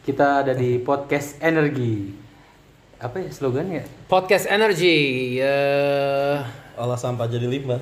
Kita ada di Podcast Energi. Apa ya slogannya? Podcast Energy. Olah sampah jadi limbah.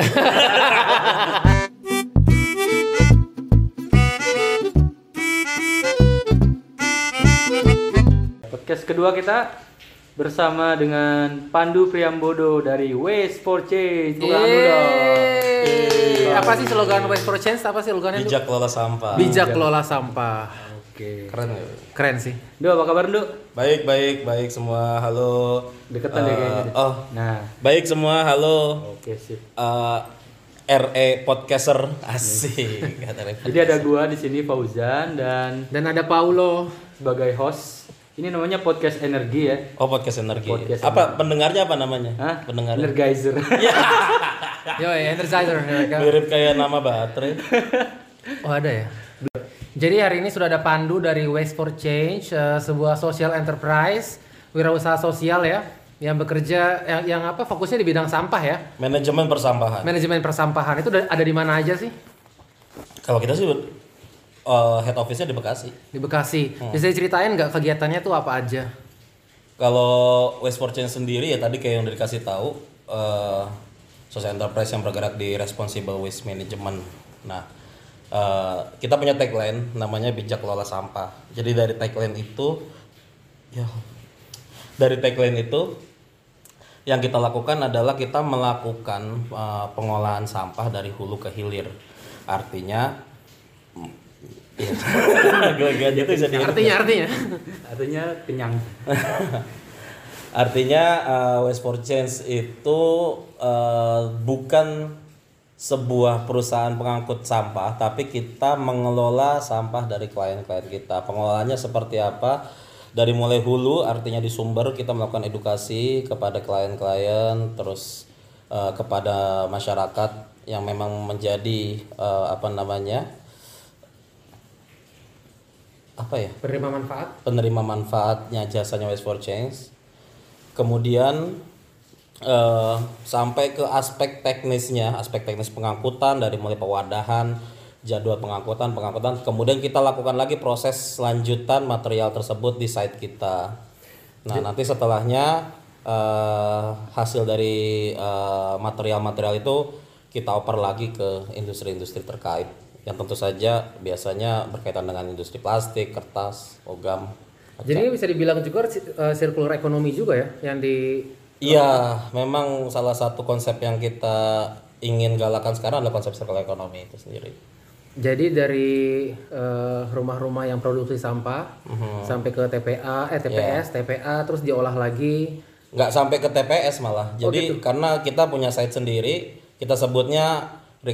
Podcast kedua kita bersama dengan Pandu Priambodo dari Waste for Change. Bukan anu dong. Apa sih slogan Waste for Change? Apa sih slogannya? Bijak kelola sampah. Bijak kelola sampah. Oke. Keren ya? Keren sih. Duh, apa kabar Du? Baik semua. Halo. Deketan deh kayaknya. Oh, Nah, baik semua. Halo. oke sip. RE podcaster asik. Jadi ada gua di sini Fauzan dan Dan ada Paulo. sebagai host. Ini namanya Podcast Energi ya. Oh, podcast energi. Podcast apa pendengarnya apa namanya? Hah? Pendengar. Energizer. Yo, Energizer. Mirip kayak nama baterai. Oh, ada ya. Jadi hari ini sudah ada Pandu dari Waste for Change, sebuah social enterprise, wirausaha sosial ya, yang bekerja yang apa fokusnya di bidang sampah ya. Manajemen persampahan. Manajemen persampahan itu ada di mana aja sih? Kalau kita sih head office-nya di Bekasi. Di Bekasi. Bisa diceritain nggak kegiatannya tuh apa aja? Kalau Waste for Change sendiri ya tadi kayak yang udah dikasih tahu social enterprise yang bergerak di responsible waste management. Nah, kita punya tagline namanya bijak kelola sampah. Jadi dari tagline itu yang kita lakukan adalah kita melakukan pengolahan sampah dari hulu ke hilir. Artinya Artinya kenyang. Artinya Waste for Change itu bukan sebuah perusahaan pengangkut sampah, tapi kita mengelola sampah dari klien-klien kita. Pengelolaannya seperti apa? Dari mulai hulu, artinya di sumber kita melakukan edukasi kepada klien-klien, terus kepada masyarakat yang memang menjadi penerima manfaatnya jasanya Waste for Change. Kemudian sampai ke aspek teknis pengangkutan, dari mulai pewadahan, jadwal pengangkutan. Kemudian kita lakukan lagi proses lanjutan material tersebut di site kita. Nah, nanti setelahnya hasil dari material-material itu kita oper lagi ke industri-industri terkait, yang tentu saja biasanya berkaitan dengan industri plastik, kertas, logam. Jadi ini bisa dibilang juga circular economy juga ya yang di. Iya, memang salah satu konsep yang kita ingin galakan sekarang adalah konsep circular economy itu sendiri. Jadi dari rumah-rumah yang produksi sampah sampai ke TPS, TPA, terus diolah lagi. Nggak sampai ke TPS malah. Jadi karena kita punya site sendiri, kita sebutnya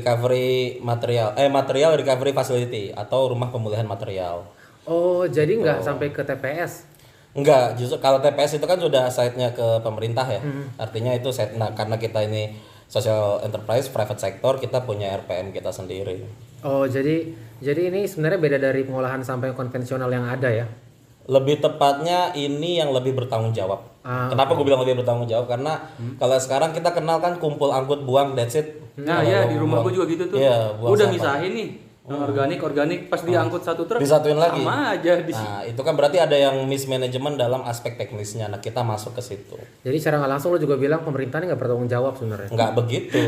material recovery facility atau rumah pemulihan material. Oh, jadi nggak sampai ke TPS? Enggak, justru kalau TPS itu kan sudah site-nya ke pemerintah ya. Artinya itu site, karena kita ini social enterprise, private sector, kita punya RPM kita sendiri. Oh, jadi ini sebenarnya beda dari pengolahan sampah yang konvensional yang ada ya? Lebih tepatnya ini yang lebih bertanggung jawab. Kenapa gue bilang lebih bertanggung jawab? Karena kalau sekarang kita kenal kan kumpul angkut buang, that's it. Nah, ya di rumah gue juga gitu tuh. Iya, udah sampah. Misahin nih. Organik pas diangkut satu truk disatuin lagi. Sama aja Nah, itu kan berarti ada yang mismanagement dalam aspek teknisnya. Nah, kita masuk ke situ. Jadi secara nggak langsung lo juga bilang pemerintah ini nggak bertanggung jawab sebenarnya. Nggak begitu.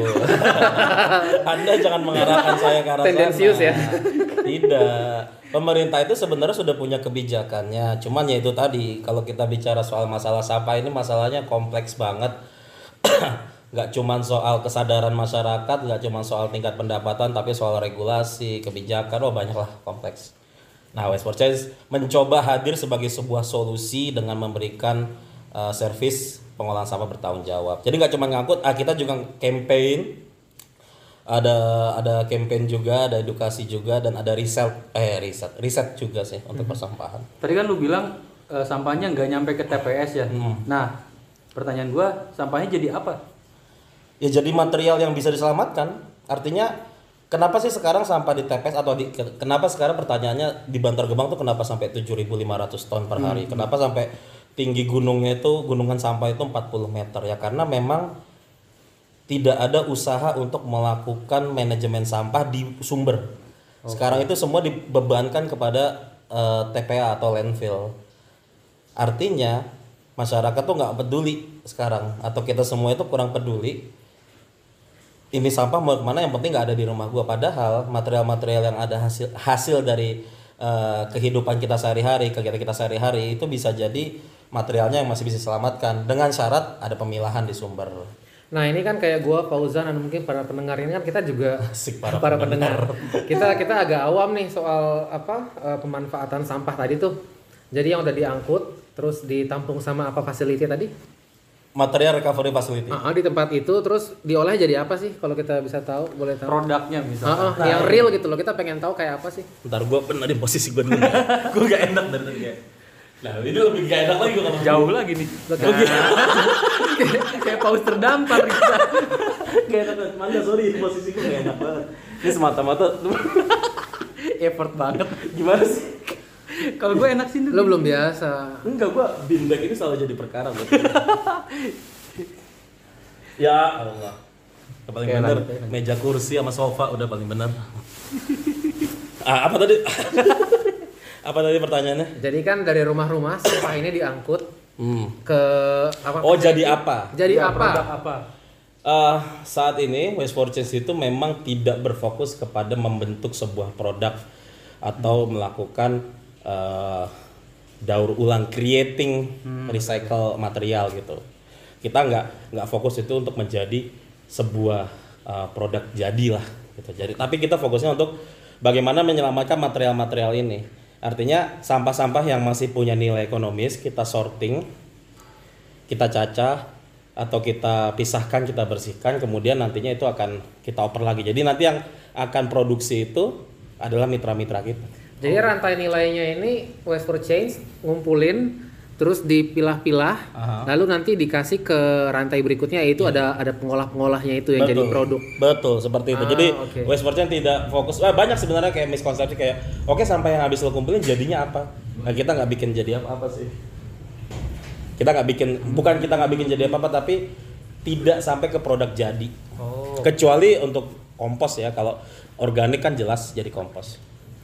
Anda jangan mengarahkan saya ke arah tendensius sana. Ya. Tidak. Pemerintah itu sebenarnya sudah punya kebijakannya. Cuman ya itu tadi, kalau kita bicara soal masalah sampah ini masalahnya kompleks banget. Nggak cuma soal kesadaran masyarakat, nggak cuma soal tingkat pendapatan, tapi soal regulasi, kebijakan, banyak lah, kompleks. Nah, Waste for Change mencoba hadir sebagai sebuah solusi dengan memberikan servis pengolahan sampah bertanggung jawab. Jadi nggak cuma ngangkut, kita juga campaign, ada campaign juga, ada edukasi juga, dan ada riset juga sih untuk persampahan. Tadi kan lu bilang sampahnya nggak nyampe ke TPS ya. Nah, pertanyaan gua, sampahnya jadi apa? Ya jadi material yang bisa diselamatkan. Artinya kenapa sih sekarang sampah di TPS kenapa sekarang pertanyaannya di Bantar Gebang tuh kenapa sampai 7.500 ton per hari? Kenapa sampai tinggi gunungnya itu, gunungan sampah itu 40 meter? Ya karena memang tidak ada usaha untuk melakukan manajemen sampah di sumber. Sekarang itu semua dibebankan kepada TPA atau landfill. Artinya masyarakat tuh nggak peduli sekarang, atau kita semua itu kurang peduli. Ini sampah mau kemana, yang penting nggak ada di rumah gua. Padahal material-material yang ada hasil dari kehidupan kita sehari-hari, kegiatan kita sehari-hari itu bisa jadi materialnya yang masih bisa diselamatkan dengan syarat ada pemilahan di sumber. Nah ini kan kayak gua, Fauzan, dan mungkin para pendengar ini kan kita juga Asik, para pendengar. Kita agak awam nih soal pemanfaatan sampah tadi tuh. Jadi yang udah diangkut terus ditampung sama apa facility tadi? Material recovery facility. Di tempat itu terus diolah jadi apa sih? Kalau kita bisa tahu, boleh tahu. Produknya misalnya. Yang real gitu loh. Kita pengen tahu kayak apa sih? Ntar gue bener di posisi gue dulu. Gue gak enak dari tadi kayak. Nah ini lebih gak enak lagi gue kalau Jauh lagi nih. Kayak paus terdampar gitu. gak enak banget. Mangga sorry, posisi gue gak enak banget. Ini semata-mata Effort banget. gimana sih? Kalau gue enak sih. Lo belum biasa. Enggak, gue beanbag ini selalu jadi perkara buat gue. Ya Allah. Yang paling Oke, bener lanjut. meja kursi sama sofa udah paling bener. Apa tadi? Apa tadi pertanyaannya? Jadi kan dari rumah-rumah sampah ini diangkut ke apa? Oh, jadi apa? Jadi Ya, apa? produk apa? Saat ini Waste for Change itu memang tidak berfokus kepada membentuk sebuah produk atau melakukan daur ulang, creating recycle material gitu. Kita nggak fokus itu untuk menjadi sebuah produk jadilah gitu. Jadi tapi kita fokusnya untuk bagaimana menyelamatkan material-material ini. Artinya sampah-sampah yang masih punya nilai ekonomis kita sorting, kita cacah atau kita pisahkan, kita bersihkan, kemudian nantinya itu akan kita oper lagi. Jadi nanti yang akan produksi itu adalah mitra-mitra kita. Jadi rantai nilainya ini Waste for Change ngumpulin terus dipilah-pilah, lalu nanti dikasih ke rantai berikutnya, yaitu ada pengolah-pengolahnya itu yang jadi produk. Betul, seperti itu. Jadi oke. Waste for Change tidak fokus. Banyak sebenarnya kayak miskonsepsi kayak oke, sampah yang habis lo kumpulin jadinya apa? Nah, kita nggak bikin jadi apa sih? Kita nggak bikin jadi apa-apa, tapi tidak sampai ke produk jadi. Kecuali untuk kompos ya. Kalau organik kan jelas jadi kompos.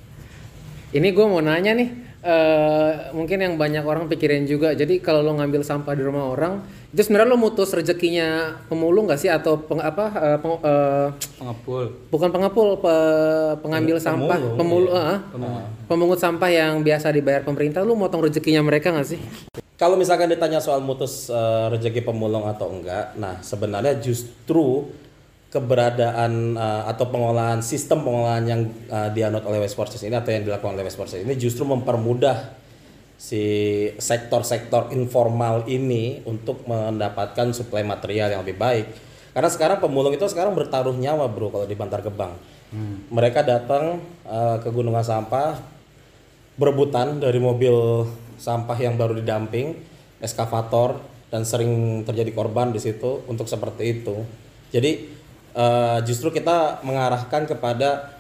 Ini gue mau nanya nih, mungkin yang banyak orang pikirin juga. Jadi kalau lo ngambil sampah di rumah orang, itu sebenarnya lo mutus rezekinya pemulung nggak sih, atau Pengepul. bukan pengepul, pengambil sampah, pemungut sampah yang biasa dibayar pemerintah, lo motong rezekinya mereka nggak sih? Kalau misalkan ditanya soal mutus rezeki pemulung atau enggak, nah sebenarnya justru keberadaan atau sistem pengolahan yang dianut oleh Waste for Change ini atau yang dilakukan oleh Waste for Change ini justru mempermudah si sektor-sektor informal ini untuk mendapatkan suplai material yang lebih baik. Karena sekarang pemulung itu sekarang bertaruh nyawa bro kalau di Bantar Gebang. Mereka datang ke gunungan sampah berebutan dari mobil sampah yang baru didamping, eskavator, dan sering terjadi korban di situ untuk seperti itu. Jadi justru kita mengarahkan kepada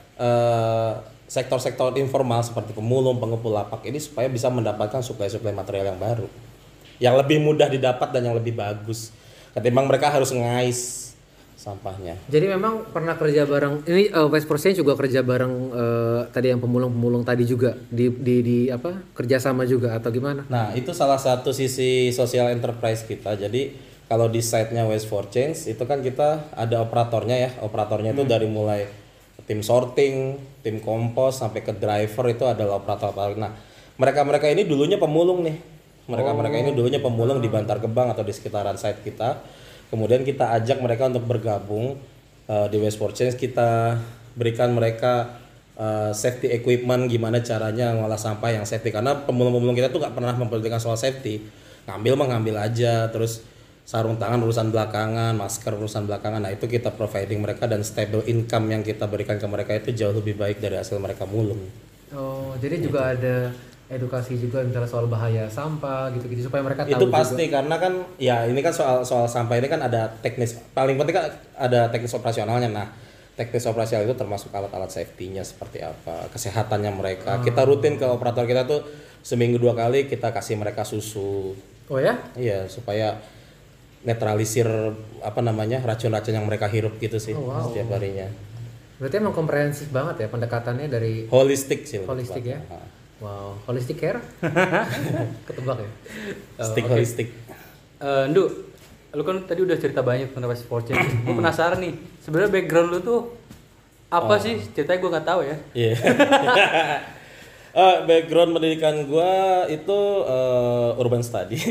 sektor-sektor informal seperti pemulung, pengepul lapak ini supaya bisa mendapatkan suplai-suplai material yang baru, yang lebih mudah didapat dan yang lebih bagus ketimbang mereka harus ngais sampahnya. Jadi memang pernah kerja bareng, ini Waste for Change juga kerja bareng tadi yang pemulung-pemulung tadi juga di kerjasama juga atau gimana? Nah itu salah satu sisi social enterprise kita. Jadi kalau di site-nya Waste for Change itu kan kita ada operatornya ya. Operatornya itu dari mulai tim sorting, tim kompos sampai ke driver itu adalah operator. Nah, mereka ini dulunya pemulung nih. Mereka ini dulunya pemulung di Bantar Gebang atau di sekitaran site kita. Kemudian kita ajak mereka untuk bergabung di Waste for Change. Kita berikan mereka safety equipment, gimana caranya ngolah sampah yang safety. Karena pemulung-pemulung kita tuh nggak pernah memperhatikan soal safety. Ngambil aja, terus sarung tangan urusan belakangan, masker urusan belakangan. Nah itu kita providing mereka, dan stable income yang kita berikan ke mereka itu jauh lebih baik dari hasil mereka mulung. Oh, jadi juga ada edukasi juga misalnya soal bahaya sampah gitu-gitu supaya mereka tahu. Itu pasti juga. Karena kan ya ini kan soal sampah ini kan ada teknis, paling penting kan ada teknis operasionalnya. Nah teknis operasional itu termasuk alat-alat safety-nya seperti apa, kesehatannya mereka. Kita rutin ke operator kita tuh seminggu 2 kali kita kasih mereka susu. Oh ya? Iya, supaya netralisir racun-racun yang mereka hirup gitu sih setiap harinya. Berarti emang komprehensif banget ya pendekatannya dari Holistik sih. holistik ya. Wow, holistic care? Ketebak ya? Stick oke. holistic. Ndu, lu kan tadi udah cerita banyak tentang West for Change. Gue penasaran nih, sebenarnya background lu tuh apa sih? Ceritanya gue nggak tahu ya. Iya. Background pendidikan gua itu urban study.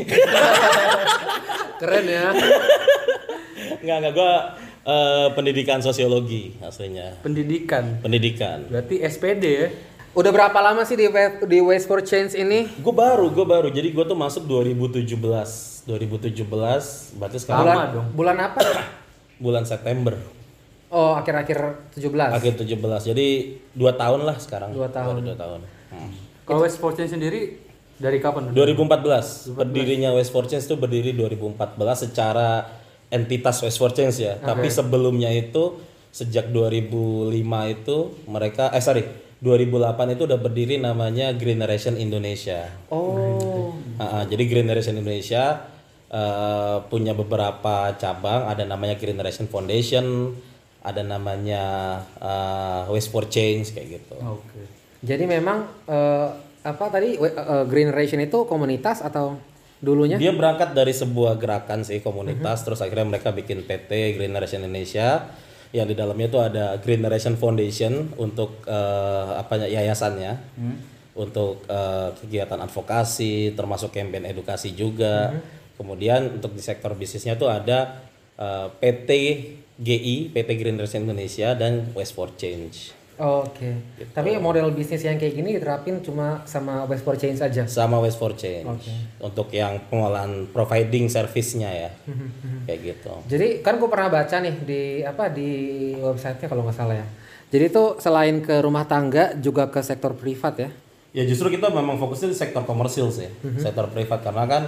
Keren ya. Enggak gua pendidikan sosiologi aslinya. Pendidikan. Berarti SPD ya. Udah berapa lama sih di Waste for Change ini? Gue baru. Jadi gue tuh masuk 2017 berarti sekarang Lama dong. Bulan apa? bulan September. Oh, akhir-akhir 17. Akhir 17. Jadi 2 tahun lah sekarang. 2 tahun. Baru 2 tahun. Kalau West for Change sendiri dari kapan? 2014. Berdirinya Waste for Change itu berdiri 2014 secara entitas Waste for Change ya. Tapi sebelumnya itu sejak 2005 itu mereka 2008 itu udah berdiri namanya Greeneration Indonesia. Oh. Jadi Greeneration Indonesia punya beberapa cabang, ada namanya Greeneration Foundation, ada namanya Waste for Change kayak gitu. Oke. Jadi memang apa tadi Greeneration itu komunitas atau dulunya? Dia berangkat dari sebuah gerakan sih komunitas, terus akhirnya mereka bikin PT Greeneration Indonesia yang di dalamnya itu ada Greeneration Foundation untuk yayasannya, untuk kegiatan advokasi, termasuk campaign edukasi juga. Kemudian untuk di sektor bisnisnya tuh ada PT GI, PT Greeneration Indonesia dan Waste for Change. Oke. Tapi model bisnis yang kayak gini diterapin cuma sama Waste for Change aja. Sama Waste for Change. Oke. Untuk yang pengolahan providing service-nya ya. Kayak gitu. Jadi kan gue pernah baca nih di websitenya kalau nggak salah ya. Jadi itu selain ke rumah tangga juga ke sektor privat ya. Ya justru kita memang fokusnya di sektor komersil sih. Sektor privat karena kan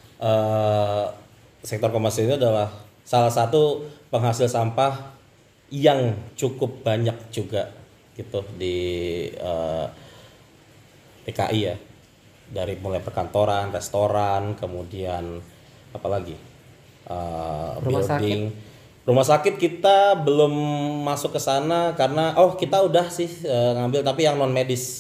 sektor komersil itu adalah salah satu penghasil sampah yang cukup banyak juga gitu di DKI ya, dari mulai perkantoran, restoran, kemudian apalagi building, rumah sakit kita belum masuk ke sana karena kita udah sih ngambil tapi yang non medis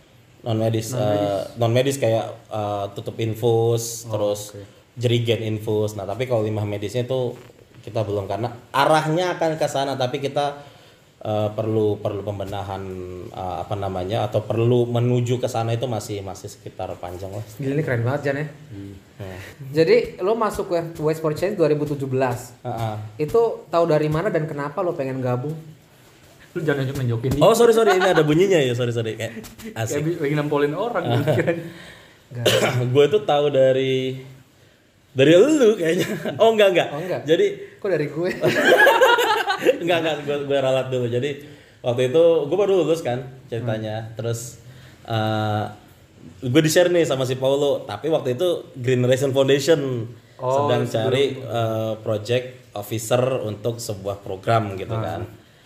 kayak tutup infus, terus jerigen infus. Nah tapi kalau limbah medisnya itu kita belum karena arahnya akan ke sana tapi kita perlu pembenahan atau perlu menuju ke sana itu masih sekitar panjang lah. Gila ini keren banget Jan ya. Jadi lo masuk ke Waste for Change 2017. Itu tahu dari mana dan kenapa lo pengen gabung? Lu jangan nunjukin Oh sorry ini ada bunyinya ya sorry kayak asik. kayak lagi nampolin orang kirain. Gue itu tahu dari elu kayaknya. Oh enggak. Oh enggak. Jadi Kok dari gue? enggak gue ralat dulu. Jadi waktu itu gue baru lulus kan ceritanya. Terus gue di-share nih sama si Paulo, tapi waktu itu Greeneration Foundation sedang cari project officer untuk sebuah program gitu kan.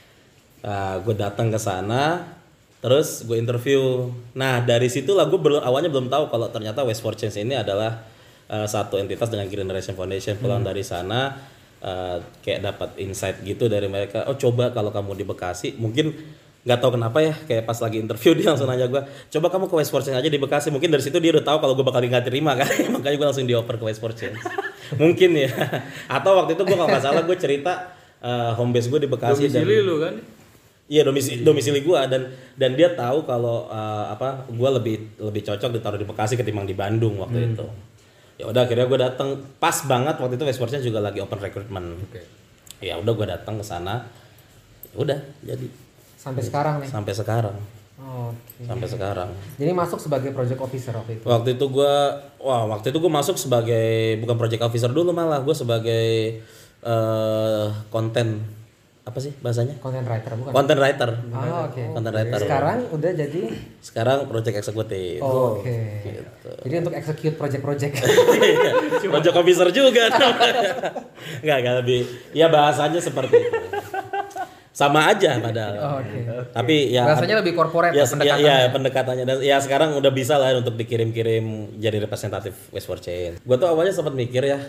Gue datang ke sana, terus gue interview. Nah dari situlah gue awalnya belum tahu kalau ternyata Waste for Change ini adalah satu entitas dengan Greeneration Foundation. Pulang dari sana kayak dapat insight gitu dari mereka. Oh coba kalau kamu di Bekasi, mungkin nggak tahu kenapa ya, kayak pas lagi interview dia langsung nanya gue, coba kamu ke Waste for Change aja di Bekasi. Mungkin dari situ dia udah tahu kalau gue bakal nggak terima kan, makanya gue langsung dioper ke Waste for Change. Mungkin ya. Atau waktu itu gue kalau nggak salah gue cerita home base gue di Bekasi. Domisili lu kan? Iya domisili gue dan dia tahu kalau gue lebih cocok ditaruh di Bekasi ketimbang di Bandung waktu itu. Ya udah akhirnya gue datang pas banget waktu itu Waste for Change juga lagi open recruitment. Ya udah gue datang ke sana. Udah jadi Sampai sekarang nih. sampai sekarang. Oke. Sampai sekarang. Jadi masuk sebagai project officer waktu itu. Waktu itu gue masuk sebagai bukan project officer dulu, malah gue sebagai konten apa sih bahasanya? Content writer bukan? Content writer. Oh, oke. Content writer. Sekarang udah jadi project executive. Oh, oke. Gitu. Jadi untuk execute project-project. Project officer juga. Enggak lebih. Ya bahasanya seperti itu. Sama aja padahal. Oh, oke. Tapi ya Rasanya lebih corporate ya, pendekatannya. ya pendekatannya dan ya sekarang udah bisa lah untuk dikirim-kirim jadi representatif Waste for Change. Gue tuh awalnya sempat mikir ya,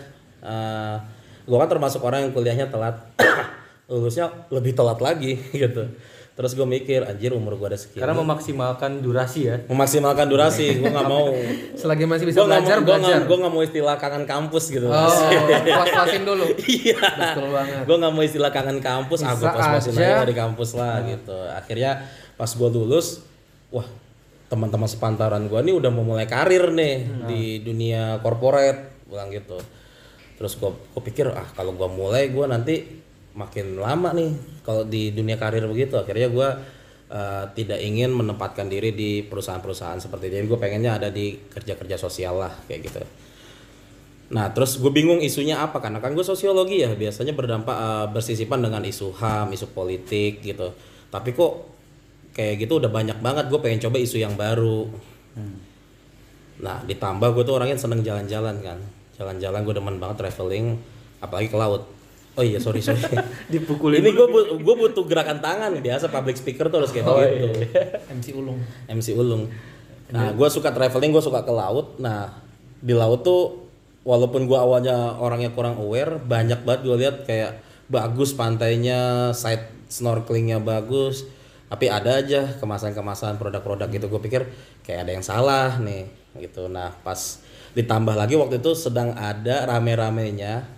gue kan termasuk orang yang kuliahnya telat, lulusnya lebih telat lagi gitu. Terus gue mikir, anjir umur gue ada segini. Karena memaksimalkan durasi ya. Memaksimalkan durasi, gue nggak mau. Selagi masih bisa belajar. Gue nggak mau istilah kangen kampus gitu. Puas-puasin dulu. Iya. Betul banget. Gue nggak mau istilah kangen kampus, gue puas-puasin aja di kampus lah gitu. Akhirnya pas gue lulus, wah teman-teman sepantaran gue nih udah mau mulai karir nih di dunia corporate, bilang gitu. Terus gue pikir kalau gue mulai gue nanti makin lama nih kalau di dunia karir begitu. Akhirnya gue tidak ingin menempatkan diri di perusahaan-perusahaan seperti itu. Jadi gue pengennya ada di kerja-kerja sosial lah kayak gitu. Nah terus gue bingung isunya apa, karena kan gue sosiologi ya, biasanya bersisipan dengan isu HAM, isu politik gitu. Tapi kok kayak gitu udah banyak banget, gue pengen coba isu yang baru. Nah ditambah gue tuh orangnya seneng jalan-jalan kan. Jalan-jalan gue demen banget traveling, apalagi ke laut. Oh iya sorry Dipukulin. Ini gue butuh gerakan tangan, biasa public speaker tuh harus kayak gitu. MC Ulung. Nah gue suka traveling, gue suka ke laut. Nah di laut tuh walaupun gue awalnya orangnya kurang aware, banyak banget gue lihat kayak bagus pantainya, side snorkelingnya bagus, tapi ada aja kemasan-kemasan produk-produk gitu. Gue pikir kayak ada yang salah nih gitu. Nah pas ditambah lagi waktu itu sedang ada rame-ramenya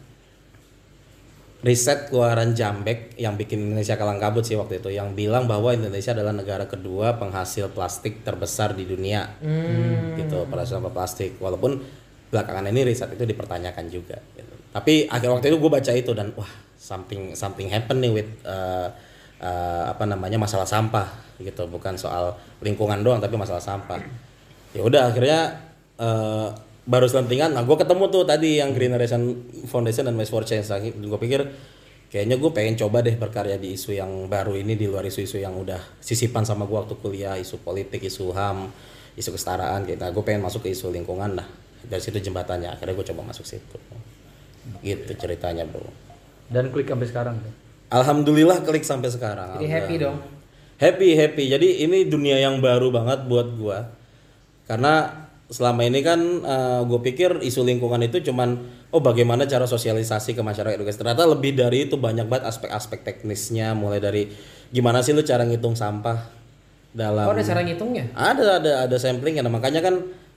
riset keluaran Jambek yang bikin Indonesia kalang kabut sih waktu itu, yang bilang bahwa Indonesia adalah negara kedua penghasil plastik terbesar di dunia. Gitu, penghasil sampah plastik. Walaupun belakangan ini riset itu dipertanyakan juga gitu. Tapi akhir waktu itu gue baca itu dan wah something happen nih with masalah sampah gitu, bukan soal lingkungan doang tapi masalah sampah. Ya udah akhirnya baru selentingan. Nah gue ketemu tuh tadi yang Green Generation Foundation dan Waste for Change. Gue pikir kayaknya gue pengen coba deh berkarya di isu yang baru ini, di luar isu-isu yang udah sisipan sama gue waktu kuliah, isu politik, isu HAM, isu kesetaraan gitu. Nah gue pengen masuk ke isu lingkungan lah. Dari situ jembatannya, akhirnya gue coba masuk situ. Gitu ceritanya bro. Dan klik sampai sekarang. Alhamdulillah klik sampai sekarang. Jadi happy dong. Happy. Jadi ini dunia yang baru banget buat gue. Karena selama ini kan gue pikir isu lingkungan itu cuman bagaimana cara sosialisasi ke masyarakat edukasi. Ternyata lebih dari itu, banyak banget aspek-aspek teknisnya, mulai dari gimana sih lu cara ngitung sampah dalam. Ada cara ngitungnya? Ada samplingnya. Nah, makanya kan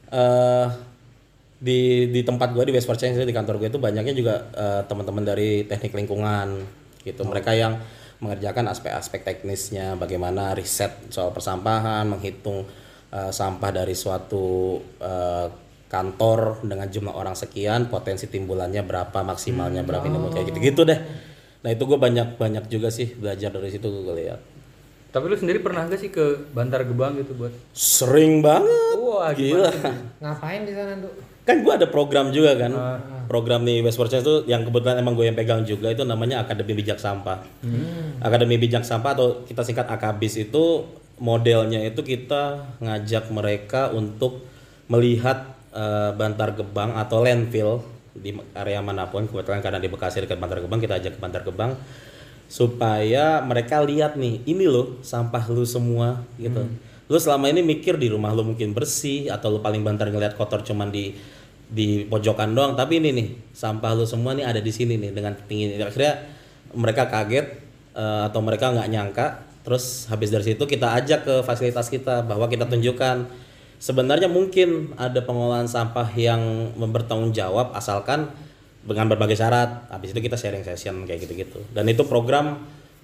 di tempat gue di Waste for Change, di kantor gue itu banyaknya juga teman-teman dari teknik lingkungan gitu. Mereka yang mengerjakan aspek-aspek teknisnya, bagaimana riset soal persampahan, menghitung sampah dari suatu kantor dengan jumlah orang sekian, potensi timbulannya berapa, maksimalnya berapa, ini kayak gitu-gitu deh. Nah itu gue banyak juga sih belajar dari situ gue lihat. Tapi lu sendiri pernah gak sih ke Bantar Gebang gitu buat? Sering banget. Wah gila. Ngapain di sana tuh? Kan gue ada program juga kan. Program nih Waste for Change itu yang kebetulan emang gue yang pegang juga, itu namanya Akademi Bijak Sampah. Akademi Bijak Sampah atau kita singkat AKBIS itu modelnya itu kita ngajak mereka untuk melihat Bantar Gebang atau landfill di area manapun. Kebetulan karena di Bekasi dekat Bantar Gebang, kita ajak ke Bantar Gebang supaya mereka lihat nih, ini loh sampah lu semua gitu. Lu selama ini mikir di rumah lu mungkin bersih atau lu paling banter ngeliat kotor cuman di pojokan doang, tapi ini nih sampah lu semua nih ada di sini nih dengan tinggi. Akhirnya mereka kaget atau mereka nggak nyangka. Terus habis dari situ kita ajak ke fasilitas kita, bahwa kita tunjukkan sebenarnya mungkin ada pengolahan sampah yang bertanggung jawab asalkan dengan berbagai syarat. Habis itu kita sharing session kayak gitu-gitu. Dan itu program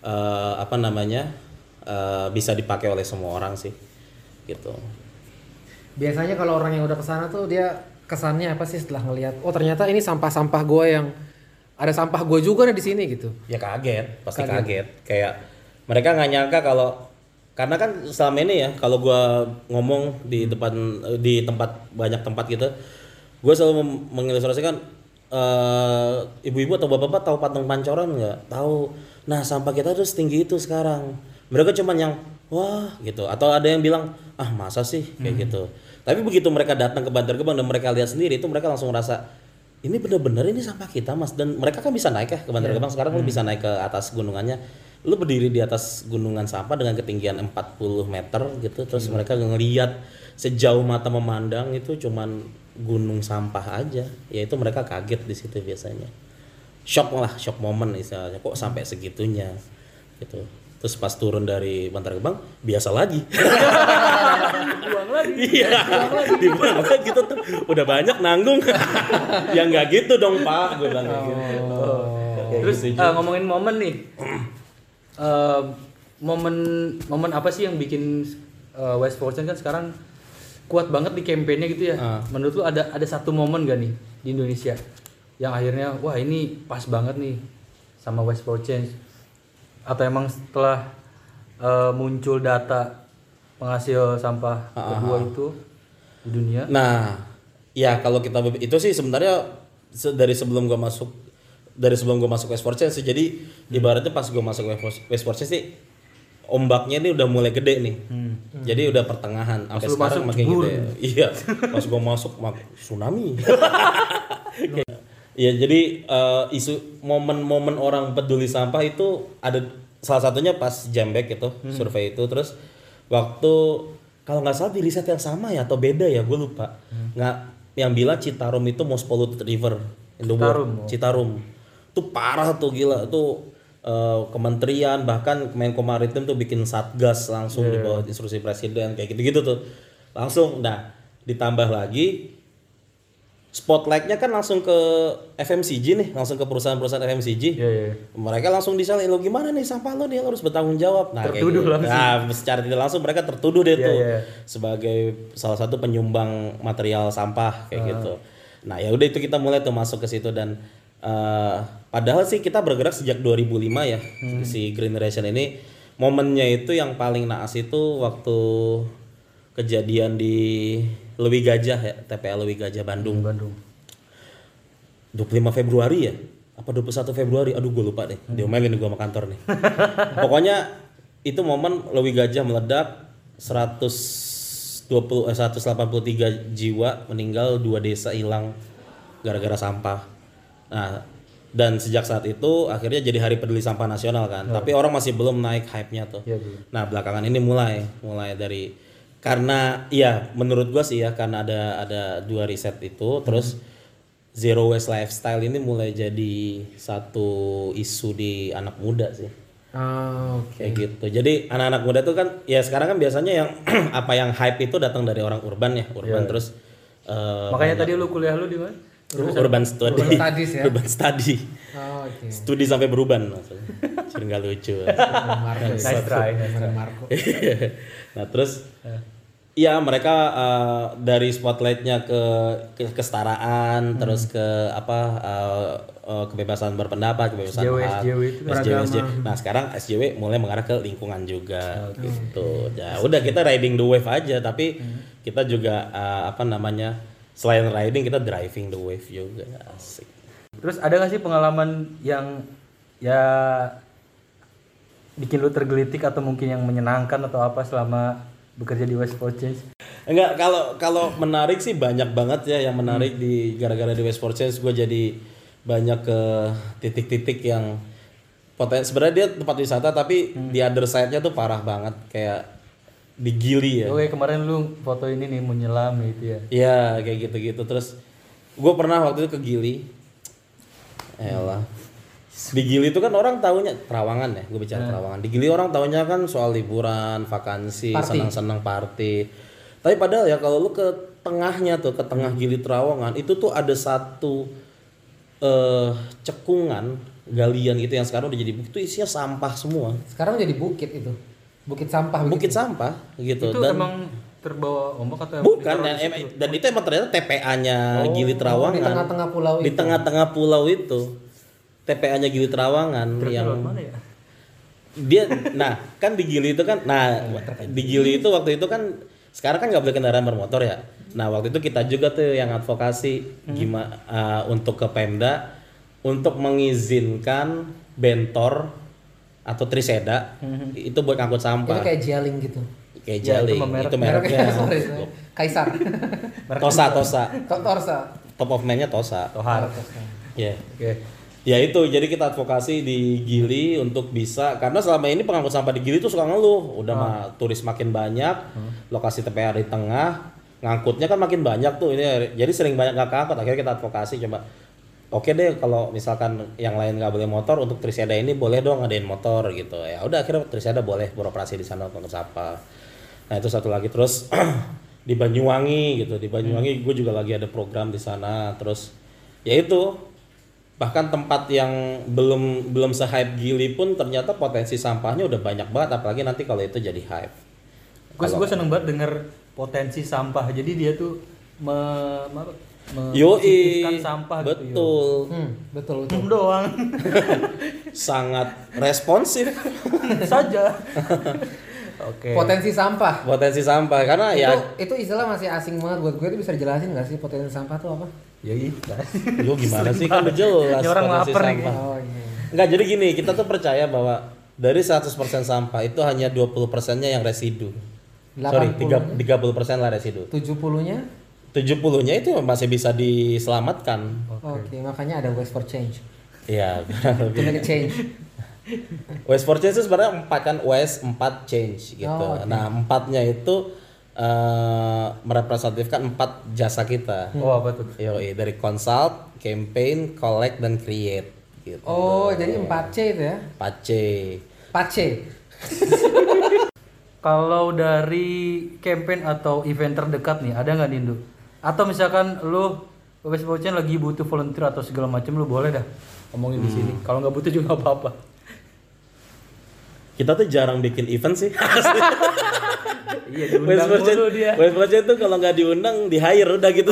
bisa dipakai oleh semua orang sih. Gitu. Biasanya kalau orang yang udah kesana tuh dia kesannya apa sih setelah ngelihat? Oh ternyata ini sampah-sampah gue yang ada sampah gue juga nih di sini gitu. Ya kaget, pasti kaget. Kayak mereka nggak nyangka kalau, karena kan selama ini ya kalau gue ngomong di tempat banyak tempat gitu, gue selalu mengilustrasikan ibu-ibu atau bapak-bapak tahu patung Pancoran nggak? Tahu. Nah sampah kita tuh setinggi itu sekarang. Mereka cuman yang wah gitu, atau ada yang bilang masa sih kayak gitu. Tapi begitu mereka datang ke Bantar Gebang dan mereka lihat sendiri, itu mereka langsung ngerasa ini benar-benar ini sampah kita mas. Dan mereka kan bisa naik ya ke Bantar Gebang sekarang. Lu bisa naik ke atas gunungannya, lu berdiri di atas gunungan sampah dengan ketinggian 40 meter gitu. Terus mereka ngelihat sejauh mata memandang itu cuman gunung sampah aja. Ya itu mereka kaget di situ biasanya. Shock moment istilahnya, kok sampai segitunya gitu. Terus pas turun dari Bantar Gebang biasa lagi. Buang lagi. Iya. Dibuang lagi gitu tuh. Udah banyak nanggung. Ya nggak gitu dong Pak, gue bilang kayak gitu. Terus gitu, ngomongin momen nih. Momen apa sih yang bikin West Fortune kan sekarang kuat banget di campaign-nya gitu ya. Menurut lu ada satu momen gak nih di Indonesia yang akhirnya wah ini pas banget nih sama West Fortune, atau emang setelah muncul data penghasil sampah kedua itu di dunia? Nah, ya kalau kita itu sih sebenarnya dari sebelum gue masuk West Fortune sih. Jadi ibaratnya pas gue masuk West Fortune sih ombaknya ini udah mulai gede nih. Jadi udah pertengahan sampai sekarang makin gede. Iya. Pas gue masuk tsunami. Ya jadi isu momen-momen orang peduli sampah itu ada salah satunya pas Jambek itu survei itu, terus waktu kalau nggak salah di riset yang sama ya atau beda ya gue lupa. Nggak, yang bilang Citarum itu most polluted river in the world. Citarum. Itu parah tuh, gila tuh. Kementerian bahkan Menko Maritim tuh bikin satgas langsung di bawah instruksi presiden kayak gitu-gitu tuh langsung. Nah ditambah lagi spotlightnya kan langsung ke FMCG nih, langsung ke perusahaan-perusahaan FMCG. Mereka langsung disalin, lo gimana nih sampah lo nih, lo harus bertanggung jawab. Nah tertuduh kayak gitu. langsung. Nah secara tidak langsung mereka tertuduh deh tuh sebagai salah satu penyumbang material sampah kayak gitu. Nah ya udah itu kita mulai tuh masuk ke situ dan padahal sih kita bergerak sejak 2005 ya. Si Green Generation ini momennya itu yang paling naas itu waktu kejadian di Lewi Gajah ya, TPA Lewi Gajah Bandung. 25 Februari ya? Apa 21 Februari? Aduh gue lupa deh. Diomelin gue sama kantor nih. Pokoknya itu momen Lewi Gajah meledak, 183 jiwa meninggal, 2 desa hilang gara-gara sampah. Nah, dan sejak saat itu akhirnya jadi Hari Peduli Sampah Nasional kan. Tapi orang masih belum naik hype-nya tuh. Nah, belakangan ini mulai dari karena ya menurut gua sih ya karena ada 2 riset itu, terus zero waste lifestyle ini mulai jadi satu isu di anak muda sih. Kayak gitu. Jadi anak-anak muda tuh kan ya sekarang kan biasanya yang apa yang hype itu datang dari orang urban ya, terus makanya tadi lu kuliah lu di mana? Urban Study. Urban Study. Studi sampai beruban maksudnya. Jadi nggak lucu. Nice try. Nah terus ya mereka dari spotlightnya ke kesetaraan, terus ke kebebasan berpendapat, kebebasan hak, SJW. Nah sekarang SJW mulai mengarah ke lingkungan juga gitu. Ya udah kita riding the wave aja, tapi kita juga selain riding kita driving the wave juga. Asik. Terus ada gak sih pengalaman yang ya bikin lu tergelitik atau mungkin yang menyenangkan atau apa selama bekerja di West Fortune? Enggak, kalau menarik sih banyak banget ya yang menarik di gara-gara di West Fortune. Gue jadi banyak ke titik-titik yang sebenarnya dia tempat wisata tapi di other side-nya tuh parah banget, kayak di Gili ya. Oke, kemarin lu foto ini nih menyelam gitu ya. Iya, kayak gitu-gitu. Terus gue pernah waktu itu ke Gili. Elah. Di Gili itu kan orang taunya Trawangan ya, gue bicara Trawangan. Di Gili orang taunya kan soal liburan, vakansi, senang-senang party. Tapi padahal ya kalau lu ke tengahnya tuh, ke tengah Gili Trawangan, itu tuh ada satu cekungan, galian gitu yang sekarang udah jadi bukit, itu isinya sampah semua. Sekarang jadi bukit itu. Bukit sampah. Bukit sampah gitu. Itu dan emang terbawa ombak atau bukan, dan itu emang ternyata TPA-nya Gili Trawangan. Di tengah-tengah pulau itu. Di tengah-tengah pulau itu. TPA-nya Gili Trawangan yang mana ya? Dia kan di Gili itu kan di Gili itu waktu itu kan sekarang kan nggak boleh kendaraan bermotor ya. Nah, waktu itu kita juga tuh yang advokasi gimana untuk ke Pemda untuk mengizinkan bentor atau triseda itu buat ngangkut sampah. Itu kayak Jialing gitu. Kayak Jialing, itu mereknya. Kaisar. Tosa. Top of mind-nya Tosa. Tohar. Iya. Ya itu, jadi kita advokasi di Gili untuk bisa, karena selama ini pengangkut sampah di Gili tuh suka ngeluh, udah turis makin banyak, lokasi TPA di tengah, ngangkutnya kan makin banyak tuh, ini jadi sering banyak nggak keangkut. Akhirnya kita advokasi coba oke deh kalau misalkan yang lain nggak boleh motor, untuk Triseda ini boleh dong ngadain motor gitu. Ya udah akhirnya Triseda boleh beroperasi di sana untuk sampah. Nah itu satu lagi. Terus di Banyuwangi gitu, di Banyuwangi gue juga lagi ada program di sana. Terus ya itu, bahkan tempat yang belum se-hype Gili pun ternyata potensi sampahnya udah banyak banget, apalagi nanti kalau itu jadi hype. Gue seneng banget denger potensi sampah. Jadi dia tuh Yoi, sampah betul. gitu. Betul. Doang Sangat responsif saja. Oke. Potensi sampah. potensi sampah karena ya Itu istilah masih asing banget buat gue. Itu bisa dijelasin nggak sih potensi sampah itu apa? Ya iya. lu gimana sih, kan udah jelas Ini orang potensi lapar nih sampah. Oh iya. Enggak, jadi gini, kita tuh percaya bahwa dari 100% sampah itu hanya 20%-nya yang residu. Sorry, 30% lah residu. 70-nya? 70-nya itu masih bisa diselamatkan. Oke, makanya ada Waste for Change. Iya, To make a change. Waste for Change itu sebenarnya 4 kan, Waste 4 Change gitu. Oh, okay. Nah, 4-nya itu merepresentatifkan 4 jasa kita. Oh apa tuh? Yoi, dari consult, campaign, collect, dan create gitu. Oh, jadi 4C itu ya? 4C. 4C. Kalau dari campaign atau event terdekat nih, ada nggak Dindo? Atau misalkan lu Waste for Change lagi butuh volunteer atau segala macam, lu boleh dah ngomongin di sini. Kalau nggak butuh juga nggak apa-apa. Kita tuh jarang bikin event sih. Iya, diundang dulu dia. Waste for Change tuh kalau nggak diundang, di hire udah gitu.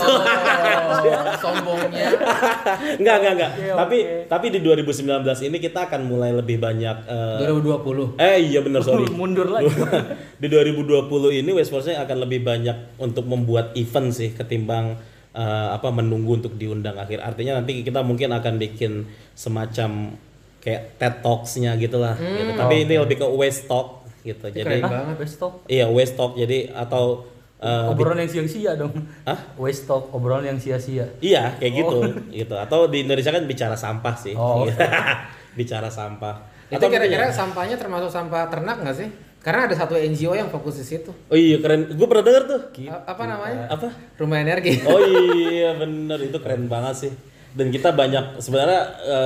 Sombongnya. Enggak. Oke, Tapi di 2019 ini kita akan mulai lebih banyak 2020. iya benar, sorry. Mundur lagi. Di 2020 ini Waste for Change akan lebih banyak untuk membuat event sih ketimbang menunggu untuk diundang akhir. Artinya nanti kita mungkin akan bikin semacam kayak TED Talks-nya gitulah gitu. Tapi ini lebih ke Waste Talk gitu. Jadi Keren banget. Waste talk. iya, Waste Talk. Jadi atau Obrolan yang sia-sia dong. Hah? Waste talk, obrolan yang sia-sia. iya kayak gitu. Atau di Indonesia kan bicara sampah sih. Oh. Bicara sampah. Itu Atau kira-kira mungkin sampahnya termasuk sampah ternak nggak sih? Karena ada satu NGO yang fokus di situ. oh iya keren. Gue pernah denger tuh. Apa namanya? Apa? Rumah energi. Oh iya bener, itu keren banget sih. Dan kita banyak sebenarnya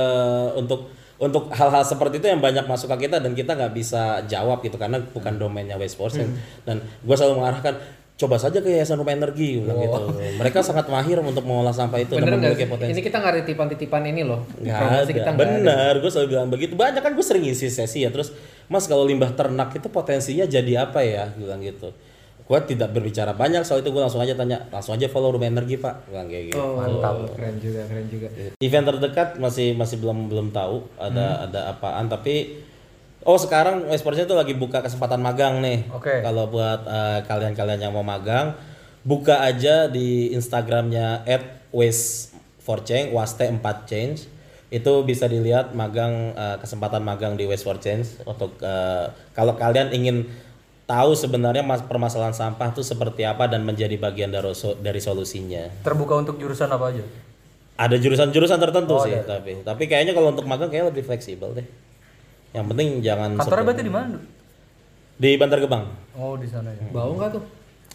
untuk hal-hal seperti itu yang banyak masuk ke kita dan kita nggak bisa jawab gitu karena bukan domainnya Waste for Change. Dan gue selalu mengarahkan, coba saja ke Yayasan Rumah Energi bilang gitu. Mereka sangat mahir untuk mengolah sampah itu Bener dan nggak memiliki sih? potensi. Ini kita nggak ada titipan-titipan ini loh. Nggak Promosi ada. kita nggak ada. Bener, gue selalu bilang begitu. Banyak kan gue sering ngisi sesi ya. Terus, Mas kalau limbah ternak itu potensinya jadi apa ya? Gue bilang gitu. Gue tidak berbicara banyak soal itu, gue langsung aja tanya, langsung aja follow Rumah Energi Pak. Gue bilang kayak gitu. Oh, Mantap. Keren juga. Event terdekat masih belum tahu ada apaan, tapi sekarang Waste for Change itu lagi buka kesempatan magang nih. Oke. Kalau buat kalian-kalian yang mau magang, buka aja di Instagramnya @waste4change, waste4change. Itu bisa dilihat magang, kesempatan magang di Waste for Change untuk kalau kalian ingin tahu sebenarnya permasalahan sampah itu seperti apa dan menjadi bagian dari solusinya. Terbuka untuk jurusan apa aja? Ada jurusan-jurusan tertentu sih, ada. tapi kayaknya kalau untuk magang kayaknya lebih fleksibel deh. Yang penting jangan Kantornya berarti di mana? Du? di Bantar Gebang. Oh, di sana ya. Bau nggak tuh?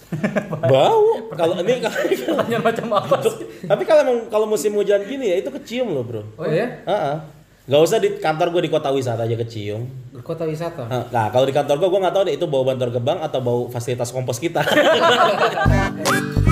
Bau. Kalau ini Pertanyaan macam apa sih? tapi kalau musim hujan gini ya itu kecium loh, Bro. Oh ya? Heeh. Gak usah di kantor gue di kota wisata aja kecium. Kota wisata. Nah, kalau di kantor gue nggak tahu deh itu bau Bantar Gebang atau bau fasilitas kompos kita.